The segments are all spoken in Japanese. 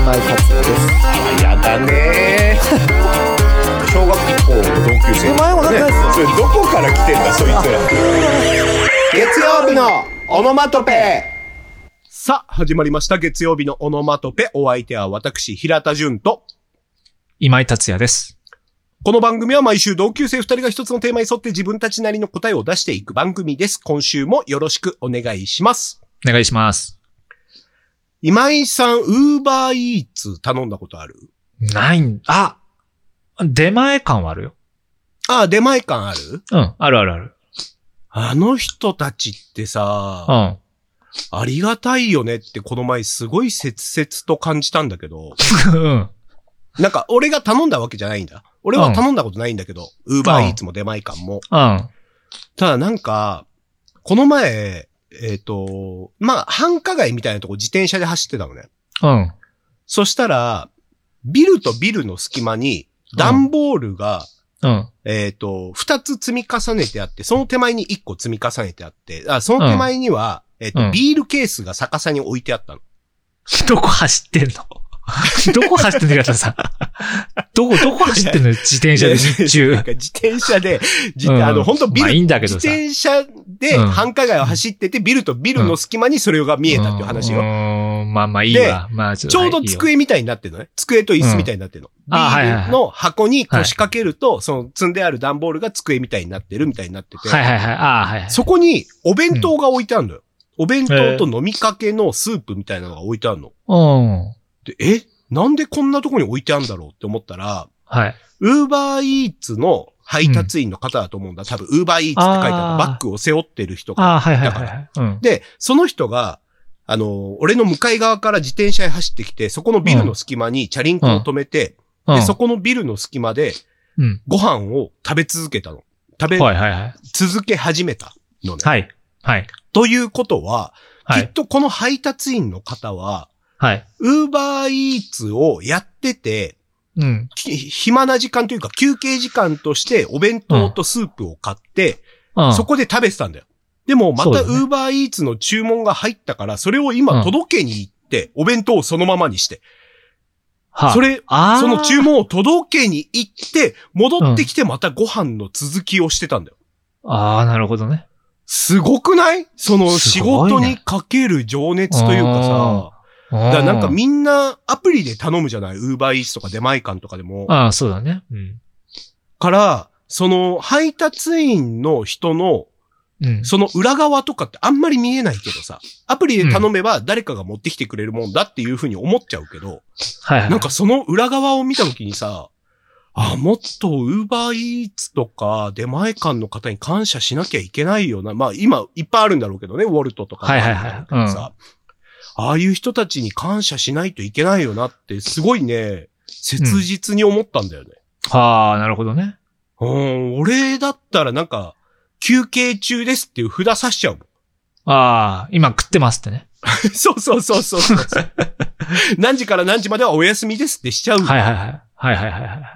今井達也です。 やだね小学校の同級生、 お前もなんか、ね、 それどこから来てんだそいつら。月曜日のオノマトペ。さあ始まりました月曜日のオノマトペ。お相手は私平田純と今井達也です。 この番組は毎週同級生2人が一つのテーマに沿って自分たちなりの答えを出していく番組です。今週もよろしくお願いします。 お願いします。 今井さん、ウーバーイーツ頼んだことある？ ないん、あ、出前感はあるよ。 あ、出前感ある？ うん、あるあるある。 あの人たちってさ、 うん。 ありがたいよねってこの前すごい切々と感じたんだけど、 うん。 なんか俺が頼んだわけじゃないんだ。俺は頼んだことないんだけど、ウーバーイーツも出前感も。 うん。 ただなんか、この前、まあ、繁華街みたいなとこ自転車で走ってたのね。 うん。 そしたら、ビルとビルの隙間に段ボールが、 うん。 二つ積み重ねてあって、その手前に一個積み重ねてあって、その手前には、ビールケースが逆さに置いてあったの。 どこ走ってんのどこ走ってんのかさ。どこ走ってんの自転車で日中。 なんか自転車で、本当ビル、 まあいいんだけど自転車で繁華街を走ってて、ビルとビルの隙間にそれが見えたっていう話よ。 まあまあいいわ。まあちょうど机みたいになってるのね。机と椅子みたいになってるの。ビールの箱に腰掛けると、その積んである段ボールが机みたいになってるみたいになってて。 はいはいはい。はいはい。 そこにお弁当が置いてあるのよ。お弁当と飲みかけのスープみたいなのが置いてあるの。 うん。 で、なんでこんなとこに置いてあるんだろうって思ったら、 はい。 ウーバーイーツの配達員の方だと思うんだ。多分、ウーバーイーツって書いてあるバッグを背負ってる人が。 はいはいはい。うん、 で、その人が、俺の向かい側から自転車へ走ってきて、そこのビルの隙間にチャリンコを止めて、で、そこのビルの隙間で、ご飯を食べ続けたの。続け始めたのね。 はい。はい。 ということは、きっとこの配達員の方は、 はい。 ウーバーイーツをやってて、 うん。 暇な時間というか休憩時間としてお弁当とスープを買って、そこで食べてたんだよ。でもまたウーバーイーツの注文が入ったから、それを今届けに行って、お弁当をそのままにして。その注文を届けに行って、戻ってきてまたご飯の続きをしてたんだよ。 ああ、なるほどね。 すごくない？その仕事にかける情熱というかさ、だからなんかみんなアプリで頼むじゃない？ウーバーイーツとか出前館とかでも。 ああ、そうだね。うん。 から、その配達員の人の、その裏側とかってあんまり見えないけどさ、アプリで頼めば誰かが持ってきてくれるもんだっていうふうに思っちゃうけど、 はいはい。 なんかその裏側を見たときにさ、もっとウーバーイーツとか出前館の方に感謝しなきゃいけないよな。まあ今いっぱいあるんだろうけどね、ウォルトとか。 はいはいはい。 ああいう人たちに感謝しないといけないよなってすごいね、切実に思ったんだよね。 はあ、なるほどね。 俺だったらなんか、休憩中ですっていう札刺しちゃうもん。 ああ、今食ってますってね。 そう。何時から何時まではお休みですってしちゃう。 はい。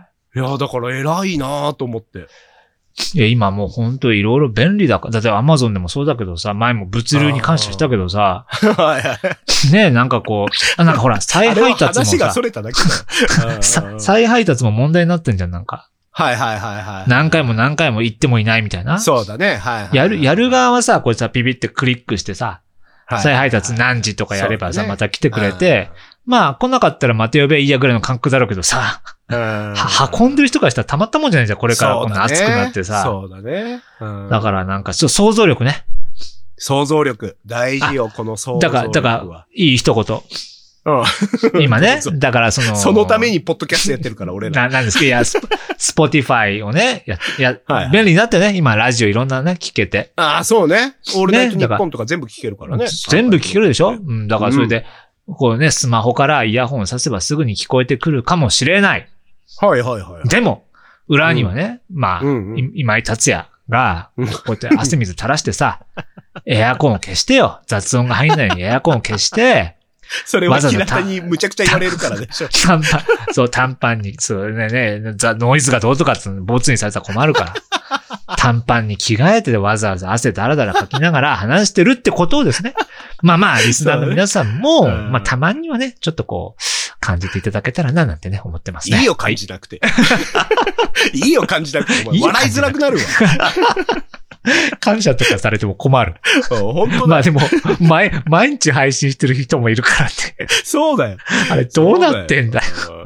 いや、だから偉いなぁと思って。 いや、今もうほんといろいろ便利だから。だってアマゾンでもそうだけどさ、前も物流に感謝したけどさ。ねえ、なんかこう、なんかほら、再配達もさ。 話がそれただけだ。 再配達も問題になってんじゃん、なんか。 はい。 何回も行ってもいないみたいな。 そうだね。はい。 やる側はさ、これさ、ピピってクリックしてさ、再配達何時とかやればさ、また来てくれて、まあ、来なかったらまた呼べばいいやぐらいの感覚だろうけどさ、運んでる人からしたらたまったもんじゃないじゃん、これからこんな暑くなってさ。 そうだね。 だからなんか、想像力ね。 想像力。大事よ、この想像力は。 だから、いい一言。今ね。だからそのためにポッドキャストやってるから、俺ら。 なんですけど、いや、スポティファイをね、便利になってね、今ラジオいろんなね、聞けて。 ああ、そうね。オールナイトニッポンとか全部聞けるからね。 全部聞けるでしょ？だからそれで、こうね、スマホからイヤホンさせばすぐに聞こえてくるかもしれない。 はい。 でも、裏にはね、まあ、今井達也が、こうやって汗水垂らしてさ、エアコンを消してよ。雑音が入んないようにエアコンを消して、 それは平田にむちゃくちゃ言われるからでしょ。 短パンに、そうね、ノイズがどうとかってボツにされたら困るから。短パンに着替えてわざわざ汗だらだらかきながら話してるってことをですね。まあ、リスナーの皆さんも、まあ、たまにはね、ちょっとこう、 感じていただけたらな、なんてね、思ってますね。 いいよ、感じなくて。いいよ、感じなくて。お前笑いづらくなるわ。 感謝とかされても困る。 本当だ。 まあでも、毎日配信してる人もいるからね。 そうだよ。 あれ、どうなってんだよ。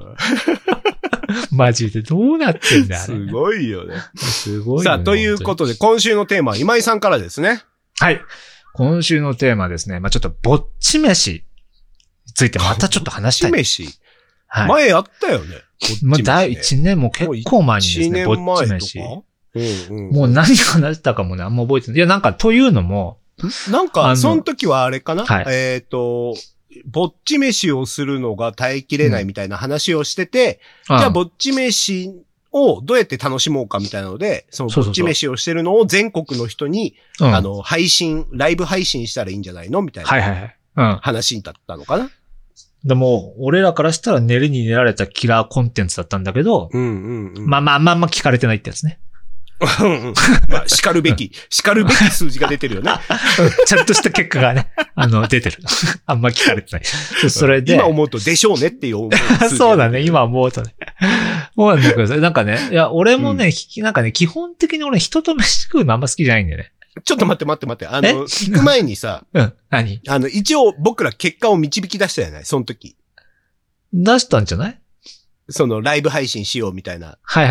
マジでどうなってんだよ。 すごいよね。 すごいよね。 さあ、ということで、今週のテーマは今井さんからですね。 はい。今週のテーマですね。まあちょっと、ぼっち飯についてまたちょっと話したい。 ぼっち飯。 はい。 前やったよね。 もう第1年も結構前にですね、ぼっち飯。もう何話したかもね、あんま覚えてない。いや、なんか、というのも、 なんか、その時はあれかな、 はい、 ぼっち飯をするのが耐えきれないみたいな話をしてて、じゃあぼっち飯をどうやって楽しもうかみたいなので、そのぼっち飯をしてるのを全国の人に、ライブ配信したらいいんじゃないのみたいな話に立ったのかな。 でも、俺らからしたら練りに練られたキラーコンテンツだったんだけど、まあ聞かれてないってやつね。 まあ、叱るべき数字が出てるよね。 ちゃんとした結果がね、出てる。あんま聞かれてない。それで。 今思うとでしょうねっていうそうだね、今思うとね。そうなんだけど、なんかね、いや、俺もね、なんかね、基本的に俺人と飯食うのあんま好きじゃないんだよね。 ちょっと待って。行く前にさ、 何？ 一応僕ら結果を導き出したじゃない？その時。 出したんじゃない？ そのライブ配信しようみたいな。 はい。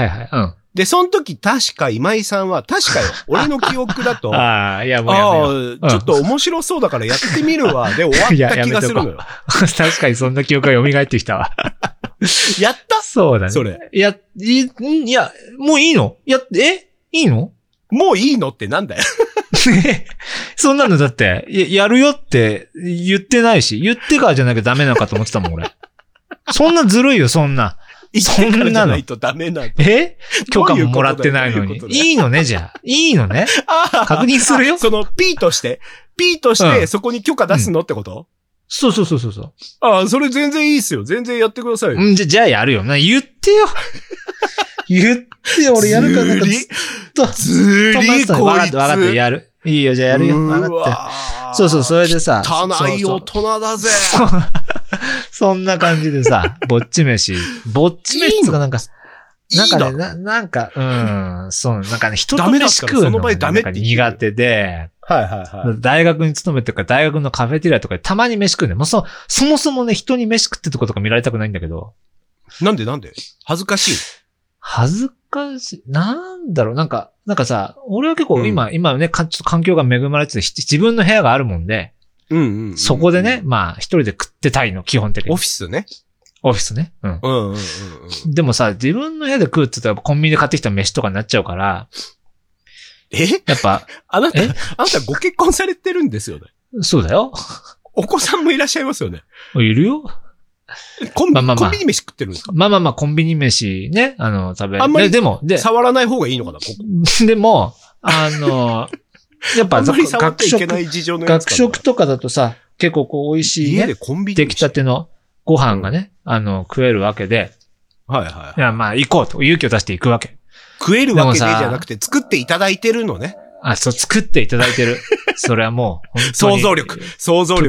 で、その時確か今井さんは、確かよ、俺の記憶だと、 いやもうやめよう。 ちょっと面白そうだからやってみるわ、で終わった気がするのよ。 確かにそんな記憶が蘇ってきたわ。 やった？ そうだね。 それ。 いや、もういいの？いいの？ もういいのってなんだよ。 そんなのだって、やるよって言ってないし、言ってからじゃなきゃダメなのかと思ってたもん、俺。そんなずるいよ、そんな。 そんなの。じゃないとダメなんだ。 許可ももらってないのに。いいのね、じゃあ。いいのね。確認するよ。 その P として、そこに許可出すのってこと？ そう。 それ全然いいっすよ。全然やってくださいよ。 じゃあやるよ。言ってよ。俺やるからなんかずりこいつ。 わかった、やる。いいよ、じゃあやるよ。わかった。そう、それでさ。 汚い大人だぜ。 そんな感じでさ、ぼっち飯とかなんかね、なんかね、人と飯食うのが苦手で、大学に勤めてるから大学のカフェテリアとかでたまに飯食うね。もうそもそもね、人に飯食ってるとことか見られたくないんだけど。 なんで恥ずかしい。 なんだろう、なんかさ、俺は結構今ね、ちょっと環境が恵まれてて、自分の部屋があるもんで、そこでね、まあ、一人で食ってたいの、基本的に。 オフィスね。 でもさ、自分の部屋で食うって言ったらコンビニで買ってきた飯とかになっちゃうから、やっぱ、 あなたご結婚されてるんですよね。 そうだよ。 お子さんもいらっしゃいますよね。 いるよ。 コンビニ飯食ってるんですか？ コンビニ飯ね、食べる。 あんまり、 でも、 触らない方がいいのかな、ここ。 でも、やっぱ、学食とかだとさ、結構こう美味しいね、出来たてのご飯がね、食えるわけで。いや、まあ行こうと、勇気を出していくわけ。 食えるわけでじゃなくて、作っていただいてるのね。 そう、作っていただいてる。それはもう、 想像力。想像力。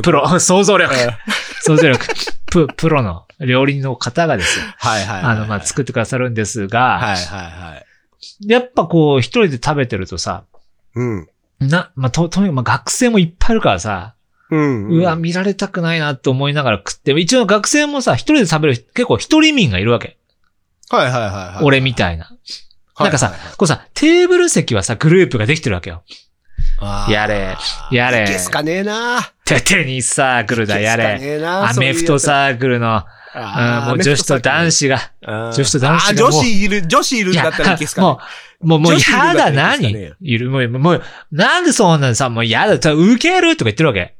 プロの料理の方がですよ。まあ作ってくださるんですが、やっぱこう、一人で食べてるとさ、まあ、とにかく学生もいっぱいいるからさ、うわ、見られたくないなって思いながら食って、一応学生もさ、一人で食べる結構一人民がいるわけ。俺みたいな。なんかさ、こうさ、テーブル席はさ、グループができてるわけよ。やれ。 いけすかねえな。 テニスサークルだ、やれ。アメフトサークルの、もう女子と男子が。女子いるんだったらいけすかね。 もうやだ、何いる、もう、なんでそうなんさ、もうやだ、受けるとか言ってるわけ。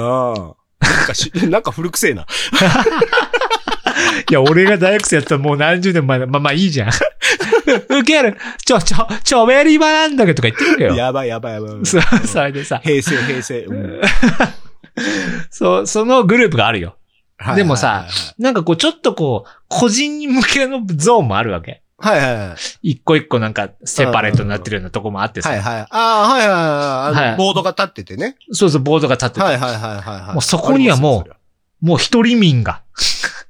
なんか古くせえな。 いや、俺が大学生やったらもう何十年前だ。まあいいじゃん。受ける。ちょべり場なんだけどとか言ってるわけよ。 やばい。 それでさ。 平成。 そのグループがあるよ。でもさ、なんかこう、ちょっとこう、個人向けのゾーンもあるわけ。一個一個なんか、セパレートになってるようなとこもあってさ。 ボードが立っててね。 そう、ボードが立ってて。もうそこにはもう一人民が。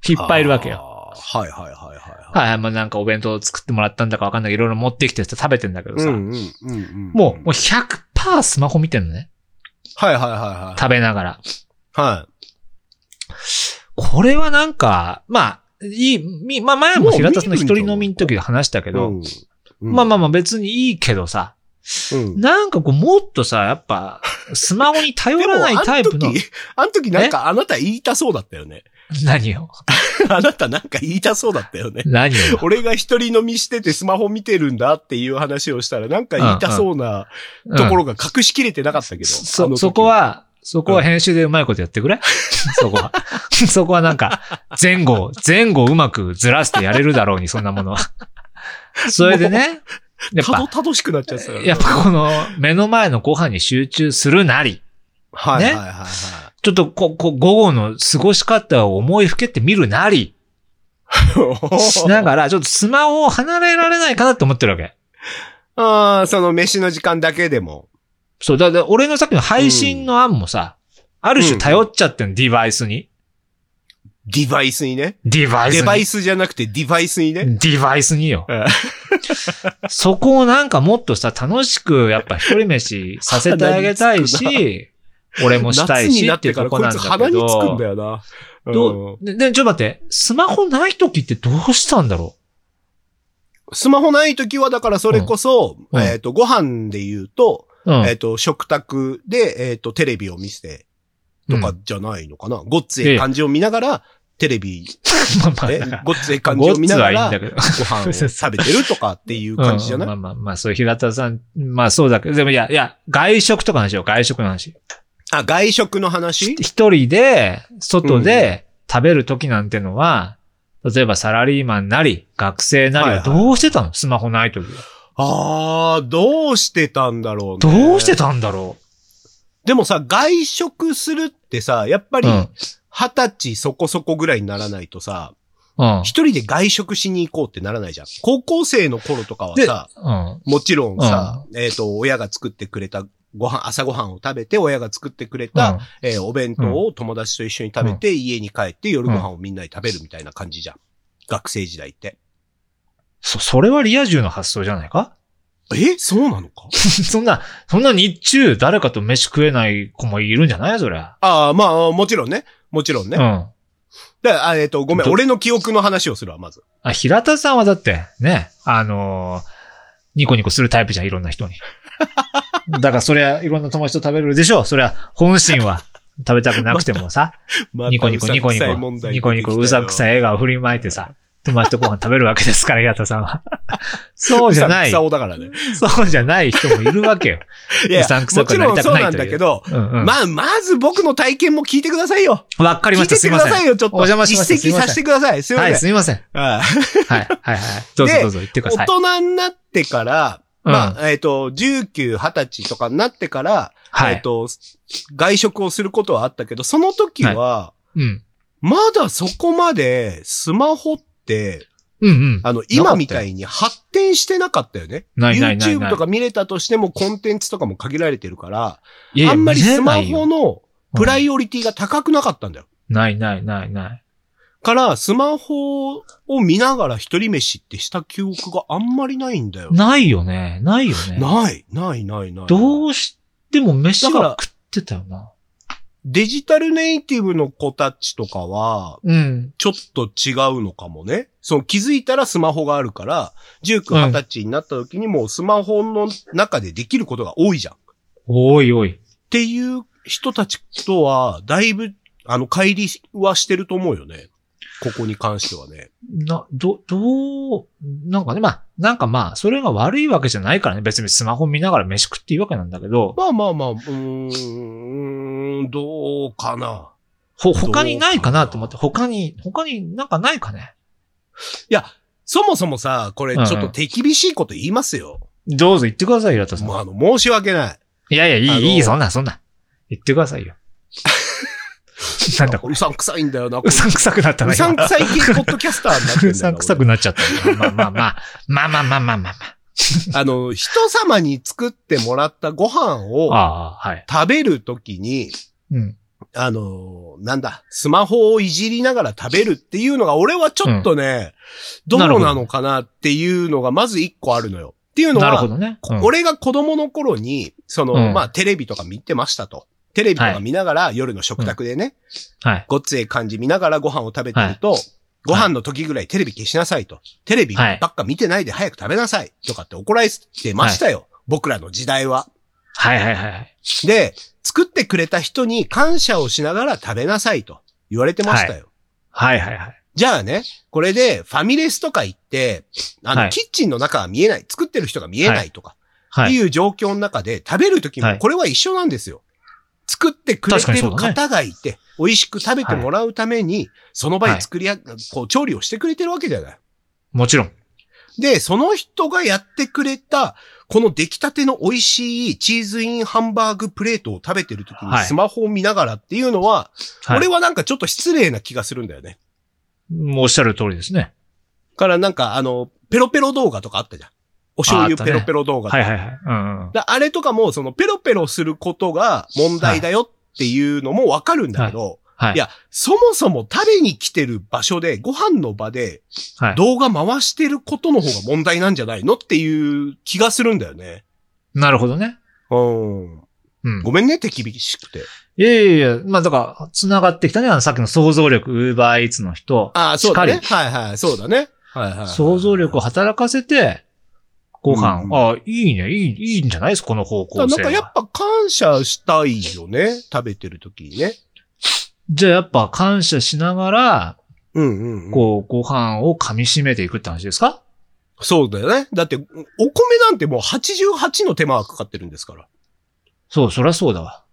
いっぱいいるわけよ。 はいはいはいはい。 はい、まあなんかお弁当作ってもらったんだかわかんないけど、いろいろ持ってきて食べてんだけどさ。もう 100% スマホ見てんのね。 はいはいはいはい。 食べながら。 はい。 これはなんか、まあ、まあ前も平田さんの一人飲みの時で話したけど、まあ別にいいけどさ、なんかこうもっとさ、やっぱ、スマホに頼らないタイプの。 あの時なんかあなた言いたそうだったよね。 何をあなたなんか言いたそうだったよね。 何を俺が一人飲みしててスマホ見てるんだっていう話をしたらなんか言いたそうなところが隠しきれてなかったけど。 そこは編集でうまいことやってくれそこは。そこはなんか、前後うまくずらしてやれるだろうに、そんなものは。それでね。 やっぱ。たどしくなっちゃったから。 やっぱこの、目の前のご飯に集中するなり。 はいはいはいはい。 ちょっと午後の過ごし方を思いふけってみるなり。しながら、ちょっとスマホを離れられないかなって思ってるわけ。 ああ、その飯の時間だけでも。 そう、だから俺のさっきの配信の案もさ、ある種頼っちゃってんの、デバイスに。 デバイスにね。 デバイスじゃなくてデバイスにね。 デバイスによ。そこをなんかもっとさ、楽しくやっぱ一人飯させてあげたいし、俺もしたいしっていうとこなんだけど。 夏になってからこいつ鼻につくんだよな。 で、ちょっと待って、スマホない時ってどうしたんだろう？スマホない時はだからそれこそ、ご飯で言うと、食卓で、テレビを見せて、とかじゃないのかな。ごっつええ感じを見ながら、テレビ、ごっつええ感じを見ながら、ご飯を食べてるとかっていう感じじゃない？ まあ、そういう平田さん、まあそうだけど、でもいや、外食とかの話よ、外食の話。 あ、外食の話？ 一人で、外で食べる時なんてのは、例えばサラリーマンなり、学生なりはどうしてたの？スマホない時は。 どうしてたんだろうね。 どうしてたんだろう。 でもさ、外食するってさ、やっぱり、20歳そこそこぐらいにならないとさ、一人で外食しに行こうってならないじゃん。高校生の頃とかはさ、もちろんさ、親が作ってくれた朝ごはんを食べて、親が作ってくれた、お弁当を友達と一緒に食べて、家に帰って夜ご飯をみんなで食べるみたいな感じじゃん。学生時代って。 それはリア充の発想じゃないか？ そうなのかそんな日中誰かと飯食えない子もいるんじゃないそりゃ。 まあ、もちろんね。もちろんね。ごめん、俺の記憶の話をするわ、まず。 平田さんはだって、ね、ニコニコするタイプじゃん、いろんな人に。だからそりゃ、いろんな友達と食べるでしょ。そりゃ、本心は食べたくなくてもさ、ニコニコうさくさい笑顔振りまいてさ、友達とご飯食べるわけですから、平田さんは。そうじゃない。 だからね。 そうじゃない人もいるわけよ。 いや、もちろんそうなんだけど、まず僕の体験も聞いてくださいよ。 わかりました。 聞いてくださいよ、ちょっと。 お邪魔しました。 指摘させてください。すいません。 はい、すいません。はい。どうぞ言ってください。 大人になってから、19、20歳とかになってから、外食をすることはあったけど、その時は、まだそこまでスマホって、今みたいに発展してなかったよね。YouTube とか見れたとしてもコンテンツとかも限られてるから、あんまりスマホのプライオリティが高くなかったんだよ。 ない。 から、スマホを見ながら一人飯ってした記憶があんまりないんだよ。 ないよね。ない。どうしても飯は食ってたよな。 デジタルネイティブの子たちとかは、ちょっと違うのかもね。気づいたらスマホがあるから、19、20歳になった時にもうスマホの中でできることが多いじゃん。 おい。 っていう人たちとは、だいぶ、乖離はしてると思うよね。ここに関してはね。 なんかね、それが悪いわけじゃないからね。別にスマホ見ながら飯食っていいわけなんだけど。 どうかな。 他にないかなと思って、他になんかないかね。 いや、そもそもさ、これちょっと手厳しいこと言いますよ。 どうぞ言ってくださいよ、平田さん。 申し訳ない。 いや、いい、そんな。言ってくださいよ。なんだこれ。 うさんくさいんだよな。 うさんくさくなったな。 うさんくさい系ポッドキャスターになってんだよ。 うさんくさくなっちゃった。まあ。 人様に作ってもらったご飯を食べるときに、 なんだ、スマホをいじりながら食べるっていうのが、俺はちょっとね、どうなのかなっていうのがまず一個あるのよ。っていうのは、 なるほどね。 俺が子供の頃に、まあ、テレビとか見てましたと。テレビとか見ながら、夜の食卓でね、ごっつええ感じ見ながらご飯を食べてると、ご飯の時ぐらいテレビ消しなさいと。テレビばっか見てないで早く食べなさいとかって怒られてましたよ。僕らの時代は。で、作ってくれた人に感謝をしながら食べなさいと言われてましたよ。じゃあね、これでファミレスとか行って、キッチンの中は見えない、作ってる人が見えないとか、っていう状況の中で食べるときもこれは一緒なんですよ。作ってくれてる方がいて、美味しく食べてもらうために、その場に調理をしてくれてるわけじゃない。 もちろん。 で、その人がやってくれた、この出来たての美味しいチーズインハンバーグプレートを食べてるときにスマホを見ながらっていうのは、俺はなんかちょっと失礼な気がするんだよね。 おっしゃる通りですね。 からなんかペロペロ動画とかあったじゃん。お醤油ペロペロ動画とか。あれとかも、ペロペロすることが問題だよっていうのもわかるんだけど、いや、そもそも食べに来てる場所で、ご飯の場で、動画回してることの方が問題なんじゃないのっていう気がするんだよね。 なるほどね。 ごめんね、手厳しくて。 いや、まあだから、繋がってきたね、さっきの想像力、ウーバーイーツの人。 そうだね。そうだね。 想像力を働かせて、ご飯、いいね、いいんじゃないですか、この方向性。 なんかやっぱ感謝したいよね、食べてる時にね。 じゃあやっぱ感謝しながら、ご飯を噛み締めていくって話ですか？ そうだよね。だって、お米なんてもう88の手間がかかってるんですから。 そりゃそうだわ。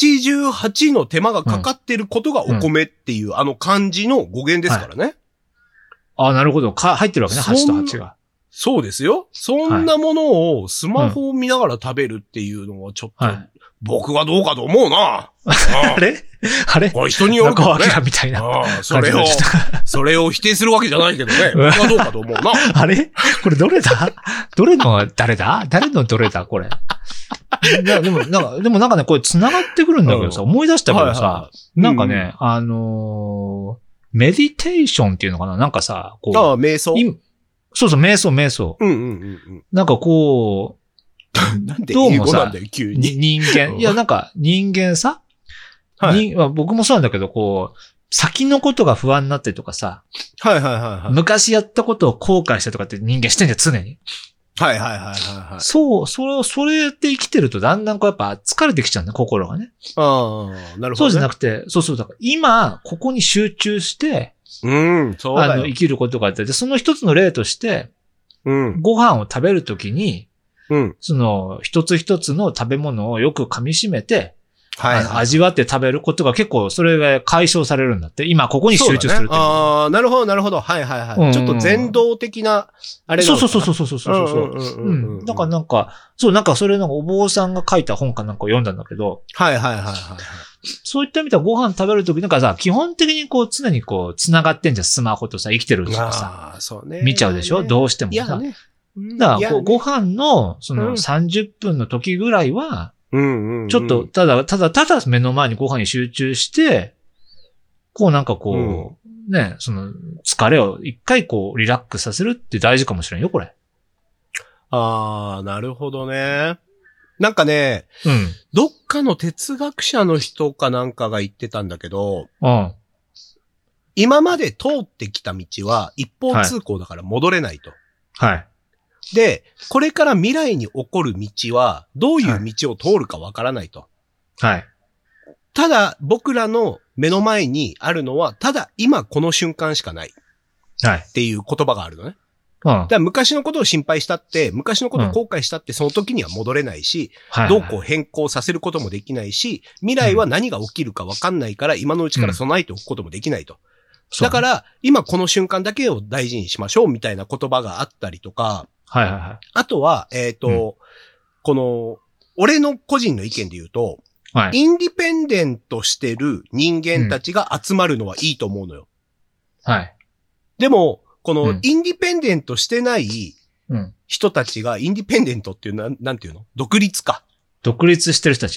88の手間がかかってることがお米っていう、漢字の語源ですからね。 なるほど。入ってるわけね、8と8が。 そうですよ。そんなものをスマホを見ながら食べるっていうのはちょっと、僕はどうかと思うな。 あれこれ人によるからね。 みたいな。 それを否定するわけじゃないけどね。僕はどうかと思うな。 あれこれどれの誰のどれだこれ。でもなんかね、これ繋がってくるんだけどさ、思い出したけどさ、なんかね、メディテーションっていうのかななんかさ、 瞑想そう、瞑想。なんかこう、 なんで英語なんだよ、急に。 人間。いや、なんか人間さ、僕もそうなんだけど、こう、先のことが不安になってとかさ、昔やったことを後悔したとかって人間してんじゃん、常に。そう、それって生きてるとだんだんこうやっぱ疲れてきちゃうんだ、心がね。 なるほど、ね。 そうじゃなくて、だから今、ここに集中して、 そうだよ。 生きることがあって、その一つの例として、ご飯を食べるときに、その一つ一つの食べ物をよく噛み締めて、味わって食べることが結構それが解消されるんだって。今ここに集中するって。 なるほど。ちょっと前動的な、あれそう。だからなんかそれのお坊さんが書いた本かなんかを読んだんだけど。そういった意味ではご飯食べるときなんかさ、基本的にこう常にこう繋がってんじゃん、スマホとさ、生きてる人がさ。見ちゃうでしょどうしてもさ。だからご飯のその30分の時ぐらいは、ちょっと、ただ目の前にご飯に集中して、こうなんかこう、ね、その疲れを一回こうリラックスさせるって大事かもしれんよ、これ。 なるほどね。なんかね、どっかの哲学者の人かなんかが言ってたんだけど、今まで通ってきた道は一方通行だから戻れないと。で、これから未来に起こる道は、どういう道を通るかわからないと。ただ、僕らの目の前にあるのは、ただ今この瞬間しかない。っていう言葉があるのね。だから昔のことを心配したって、昔のことを後悔したって、その時には戻れないし、どうこう変更させることもできないし、未来は何が起きるかわかんないから、今のうちから備えておくこともできないと。だから、今この瞬間だけを大事にしましょうみたいな言葉があったりとか、あとは、この、俺の個人の意見で言うと、インディペンデントしてる人間たちが集まるのはいいと思うのよ。でも、このインディペンデントしてない人たちが、インディペンデントっていうなんていうの？独立か。 独立してる人たちね。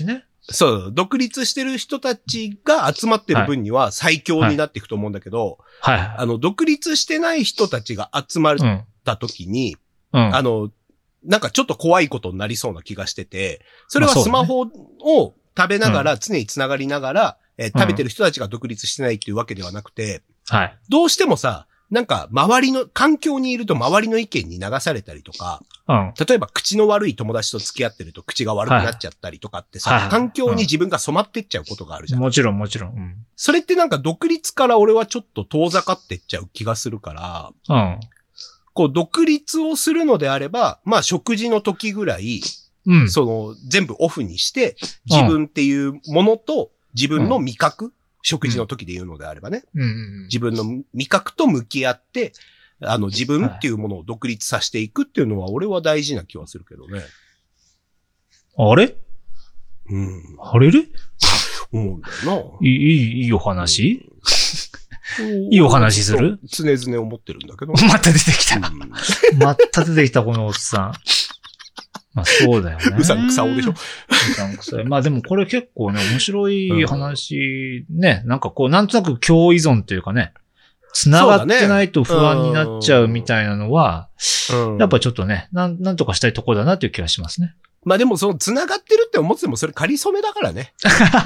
そう、独立してる人たちが集まってる分には最強になっていくと思うんだけど、 はい。 独立してない人たちが集まった時に、なんかちょっと怖いことになりそうな気がしてて、それはスマホを食べながら、常につながりながら、食べてる人たちが独立してないっていうわけではなくて、 はい。 どうしてもさ、なんか周りの、環境にいると周りの意見に流されたりとか、例えば口の悪い友達と付き合ってると口が悪くなっちゃったりとかってさ、環境に自分が染まってっちゃうことがあるじゃん。 もちろんもちろん。 それってなんか独立から俺はちょっと遠ざかってっちゃう気がするから、こう独立をするのであれば、まあ食事の時ぐらい、全部オフにして、自分っていうものと自分の味覚、食事の時で言うのであればね、自分の味覚と向き合って、自分っていうものを独立させていくっていうのは俺は大事な気はするけどね。 あれあれれ思うんだよな。いいお話いいお話する常々思ってるんだけど。 また出てきた。また出てきた、このおっさん。まあそうだよね。 うさんくさおでしょ。 うさんくさい。まあでもこれ結構ね、面白い話、ね。なんかこう、なんとなく共依存というかね、繋がってないと不安になっちゃうみたいなのは、やっぱちょっとね、なんとかしたいところだなという気がしますね。 まあでもその繋がってるって思っててもそれ仮初めだからね。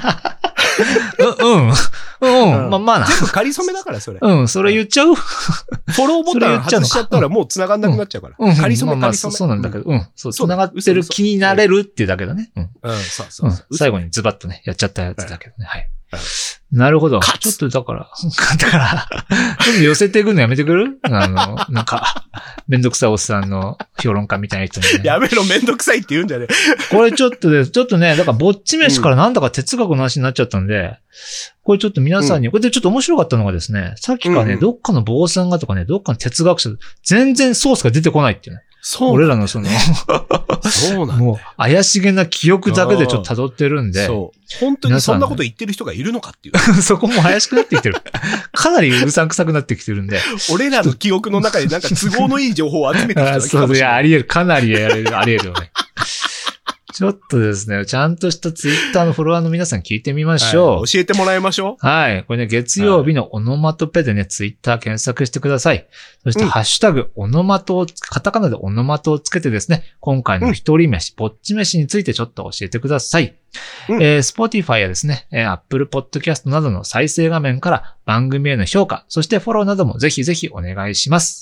まあな。 全部仮初めだからそれ。 それ言っちゃう？ フォローボタン外しちゃったらもう繋がんなくなっちゃうから。仮初め仮初め。 そうなんだけど、そう、繋がってる気になれるっていうだけだね。 そう。 最後にズバッとね、やっちゃったやつだけどね。はい。なるほど。ちょっとだから、ちょっと寄せていくのやめてくる？なんか、めんどくさいおっさんの評論家みたいな人にね。 やめろ、めんどくさいって言うんじゃねえ。これちょっとね、だからぼっち飯からなんだか哲学の話になっちゃったんで、これちょっと皆さんに、これでちょっと面白かったのがですね、さっきからね、どっかの坊さんがとかね、どっかの哲学者、全然ソースが出てこないっていうね。俺らのそうなんもう怪しげな記憶だけでちょっと辿ってるんで。 本当にそんなこと言ってる人がいるのかっていう。 そこも怪しくなってきてる。かなりうさんくさくなってきてるんで。 俺らの記憶の中でなんか都合のいい情報を集めてきただけかもしれない。 そう、いや、あり得る。かなりあり得るよね。ちょっとですね、ちゃんとしたツイッターのフォロワーの皆さん聞いてみましょう。 教えてもらいましょう。 はい。これね、月曜日のオノマトペでね、ツイッター検索してください。そして、ハッシュタグ、オノマトを、カタカナでオノマトをつけてですね、今回の一人飯、ぼっち飯についてちょっと教えてください。Spotify やですね、Apple Podcast などの再生画面から番組への評価、そしてフォローなどもぜひぜひお願いします。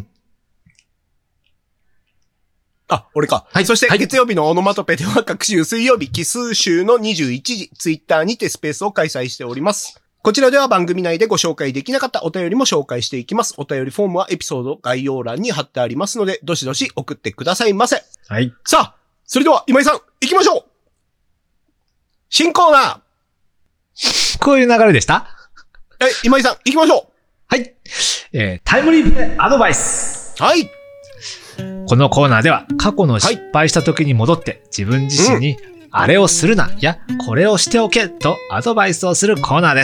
俺か。はい。そして、月曜日のオノマトペでは各週水曜日奇数週の21時、ツイッターにてスペースを開催しております。こちらでは番組内でご紹介できなかったお便りも紹介していきます。お便りフォームはエピソード概要欄に貼ってありますので、どしどし送ってくださいませ。 はい。 さあ、それでは今井さん、行きましょう！新コーナーこういう流れでした？ 今井さん、行きましょう！ はい。タイムリープでアドバイス。 はい。 このコーナーでは過去の失敗した時に戻って自分自身にあれをするな、やこれをしておけとアドバイスをするコーナーです。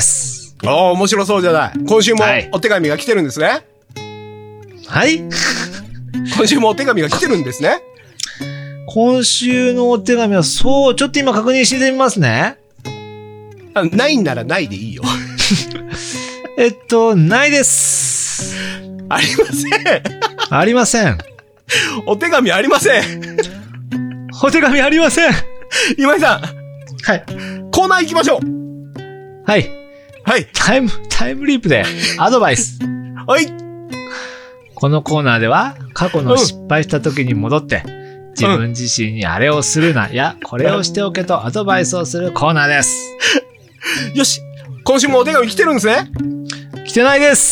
面白そうじゃない。今週もお手紙が来てるんですね。 はい。 今週もお手紙が来てるんですね。 今週のお手紙はちょっと今確認してみますね。 ないんならないでいいよ。 ないです。 ありません。 ありません。 お手紙ありません。 お手紙ありません。 今井さん。 はい。 コーナー行きましょう。 はい。 はい。 タイムリープでアドバイス。 はい。 このコーナーでは過去の失敗した時に戻って、自分自身にあれをするな、やこれをしておけとアドバイスをするコーナーです。 よし。今週もお手紙来てるんですね。 来てないです。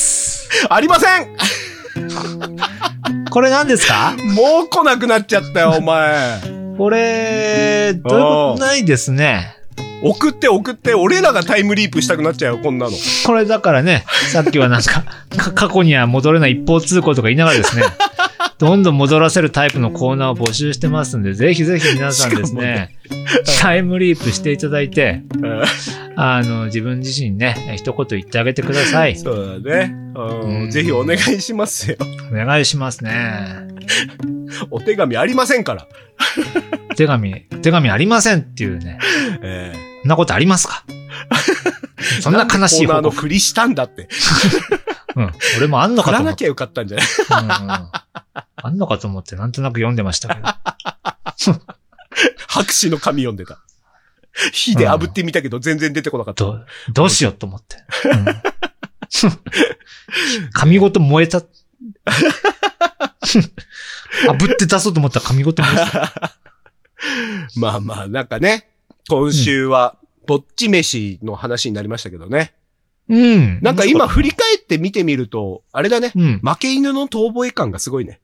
ありません。 これ何ですか？ もう来なくなっちゃったよ、お前。 これ、どういうことないですね。 送って、俺らがタイムリープしたくなっちゃうよ、こんなの。 これだからね、さっきはなんか、過去には戻れない一方通行とか言いながらですね、どんどん戻らせるタイプのコーナーを募集してますんで、ぜひぜひ皆さんですね、タイムリープしていただいて、自分自身にね、一言言ってあげてください。 そうだね。ぜひお願いしますよ。 お願いしますね。 お手紙ありませんから。 手紙ありませんっていうね。 そんなことありますか？そんな悲しいコーナーのふりしたんだって。 うん。俺もあんのかと思って。 振らなきゃよかったんじゃない？ あんのかと思ってなんとなく読んでましたけど。 白紙の紙読んでた。火で炙ってみたけど全然出てこなかった。 どうしようと思って。紙ごと燃えた。炙って出そうと思ったら紙ごと燃えた。 まあまあ、なんかね、今週は、ぼっち飯の話になりましたけどね。 うん。 なんか今振り返って見てみると、あれだね。 うん、 負け犬の遠吠え感がすごいね。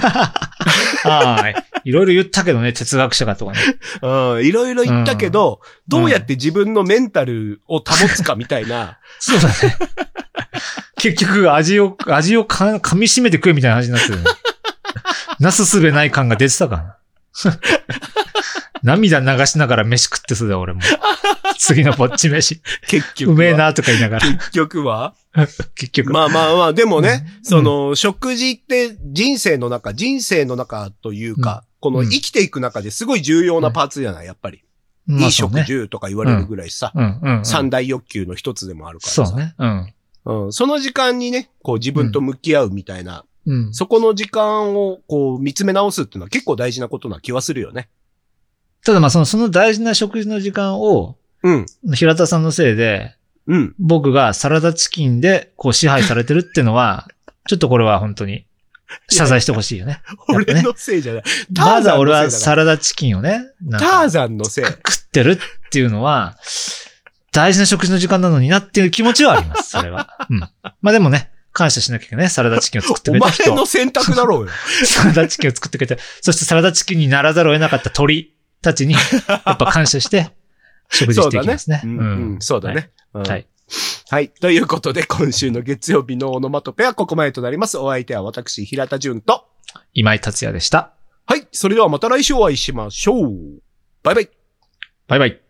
いろいろ言ったけどね、哲学者がとかね。 いろいろ言ったけど、どうやって自分のメンタルを保つかみたいな。 そうだね。結局、味を噛み締めて食えみたいな話になってる、ね。なすすべない感が出てたからな。涙流しながら飯食ってそうだよ、俺も。次のぼっち飯。 結局。 うめえなとか言いながら。 結局は結局。 まあ、でもね、食事って人生の中というか、この生きていく中ですごい重要なパーツじゃない、やっぱり。いい食事とか言われるぐらいさ。三大欲求の一つでもあるからさ。 そうね。 その時間にね、こう自分と向き合うみたいな。そこの時間をこう見つめ直すっていうのは結構大事なことな気はするよね。 ただその大事な食事の時間を、平田さんのせいで、僕がサラダチキンでこう支配されてるっていうのは、ちょっとこれは本当に謝罪してほしいよね。 俺のせいじゃない。 まだ俺はサラダチキンをね、 ターザンのせい。 食ってるっていうのは、大事な食事の時間なのになっていう気持ちはあります、それは。まあでもね、感謝しなきゃいけないね。サラダチキンを作ってくれた人。 お前の選択だろうよ。 サラダチキンを作ってくれて、そしてサラダチキンにならざるを得なかった鳥たちに、やっぱ感謝して、食事していきますね。 そうだね。 はい。 はい。ということで、今週の月曜日のオノマトペはここまでとなります。お相手は私、平田純と、 今井達也でした。 はい。それではまた来週お会いしましょう。バイバイ。 バイバイ。